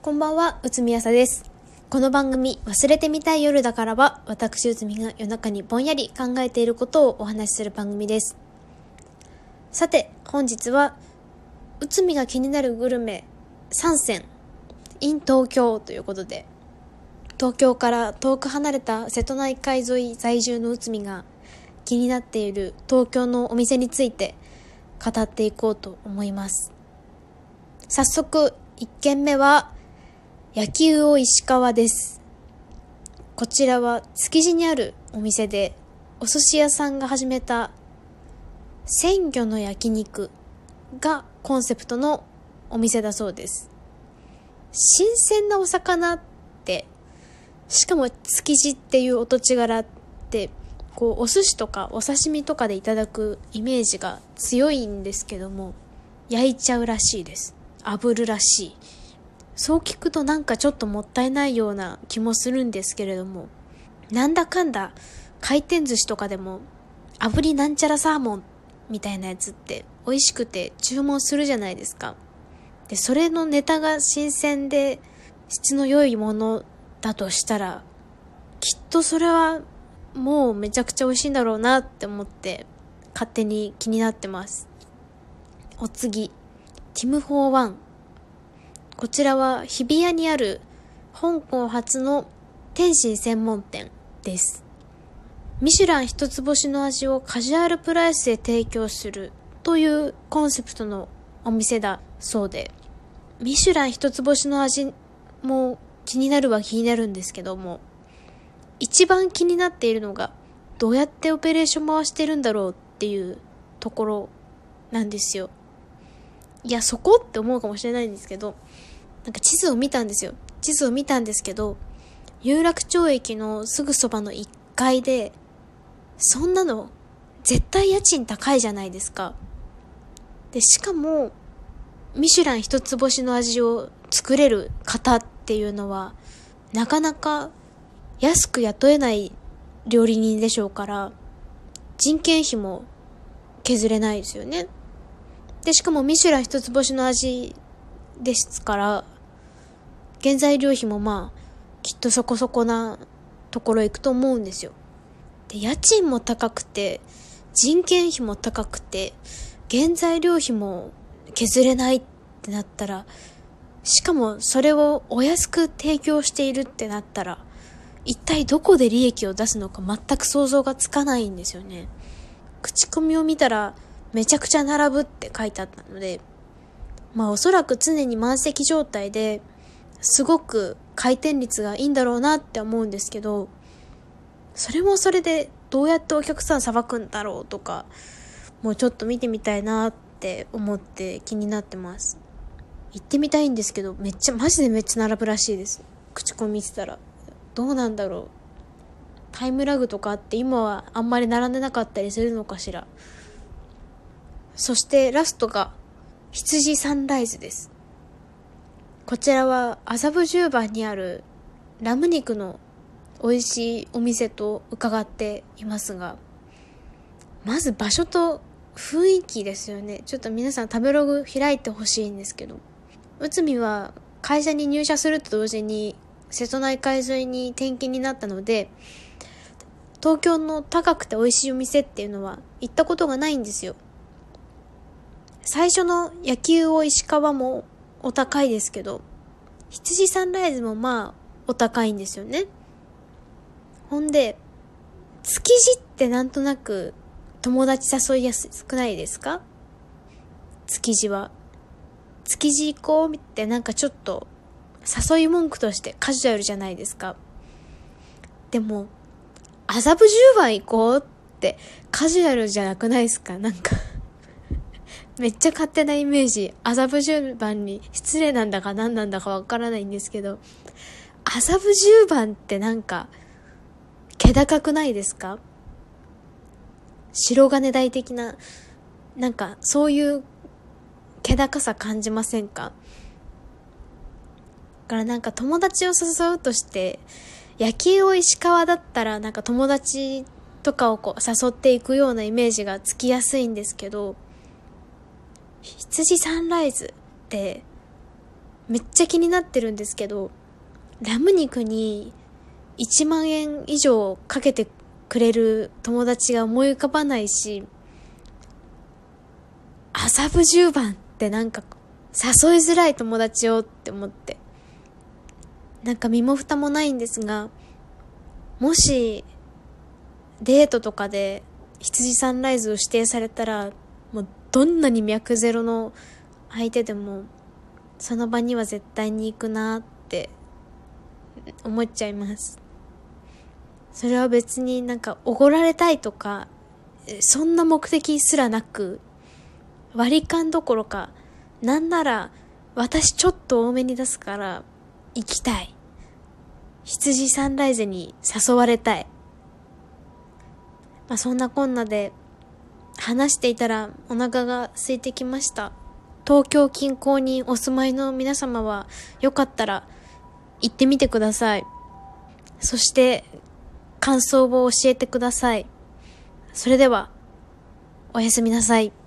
こんばんは、内海朝です。この番組、忘れてみたい夜だからは、私内海が夜中にぼんやり考えていることをお話しする番組です。さて、本日は、内海が気になるグルメ3選 in 東京ということで、東京から遠く離れた瀬戸内海沿い在住の内海が気になっている東京のお店について語っていこうと思います。早速、1軒目は、焼き魚石川です。こちらは築地にあるお店で、お寿司屋さんが始めた鮮魚の焼肉がコンセプトのお店だそうです。新鮮なお魚って、しかも築地っていうお土地柄って、お寿司とかお刺身とかでいただくイメージが強いんですけども、焼いちゃうらしいです。炙るらしい。そう聞くとなんかちょっともったいないような気もするんですけれども、なんだかんだ回転寿司とかでも炙りなんちゃらサーモンみたいなやつって美味しくて注文するじゃないですか。で、それのネタが新鮮で質の良いものだとしたら、きっとそれはもうめちゃくちゃ美味しいんだろうなって思って勝手に気になってます。お次、ティム41。こちらは日比谷にある香港初の点心専門店です。ミシュラン一つ星の味をカジュアルプライスで提供するというコンセプトのお店だそうで、ミシュラン一つ星の味も気になるは気になるんですけども、一番気になっているのがどうやってオペレーション回してるんだろうっていうところなんですよ。いや、そこって思うかもしれないんですけど、なんか地図を見たんですけど、有楽町駅のすぐそばの1階で、そんなの絶対家賃高いじゃないですか。で、しかもミシュラン一つ星の味を作れる方っていうのはなかなか安く雇えない料理人でしょうから、人件費も削れないですよね。で、しかもミシュラン一つ星の味ですから、原材料費もきっとそこそこなところ行くと思うんですよ。で、家賃も高くて、人件費も高くて、原材料費も削れないってなったら、しかもそれをお安く提供しているってなったら、一体どこで利益を出すのか全く想像がつかないんですよね。口コミを見たら、めちゃくちゃ並ぶって書いてあったので、おそらく常に満席状態ですごく回転率がいいんだろうなって思うんですけど、それもそれでどうやってお客さんさばくんだろうとか、もうちょっと見てみたいなって思って気になってます。行ってみたいんですけど、マジでめっちゃ並ぶらしいです。口コミ見てたら。どうなんだろう。タイムラグとかあって今はあんまり並んでなかったりするのかしら。そしてラストが羊サンライズです。こちらは麻布十番にあるラム肉の美味しいお店と伺っていますが、まず場所と雰囲気ですよね。ちょっと皆さん食べログ開いてほしいんですけど、内海は会社に入社すると同時に瀬戸内海沿いに転勤になったので、東京の高くて美味しいお店っていうのは行ったことがないんですよ。最初の焼き魚石川もお高いですけど、羊サンライズもお高いんですよね。ほんで、築地ってなんとなく友達誘いやすくないですか？築地は。築地行こうってなんかちょっと誘い文句としてカジュアルじゃないですか。でも、麻布十番行こうってカジュアルじゃなくないですか？なんかめっちゃ勝手なイメージ。麻布十番に失礼なんだか何なんだかわからないんですけど、麻布十番ってなんか気高くないですか？白金台的な、なんかそういう気高さ感じませんか？だからなんか友達を誘うとして、焼き魚石川だったらなんか友達とかを誘っていくようなイメージがつきやすいんですけど、羊サンライズってめっちゃ気になってるんですけど、ラム肉に1万円以上かけてくれる友達が思い浮かばないし、麻布十番ってなんか誘いづらい友達をって思って、なんか身も蓋もないんですが、もしデートとかで羊サンライズを指定されたら、もうどんなに脈ゼロの相手でもその場には絶対に行くなって思っちゃいます。それは別になんかおごられたいとかそんな目的すらなく、割り勘どころか、なんなら私ちょっと多めに出すから行きたい、羊サンライズに誘われたい。そんなこんなで話していたらお腹が空いてきました。東京近郊にお住まいの皆様はよかったら行ってみてください。そして感想を教えてください。それではおやすみなさい。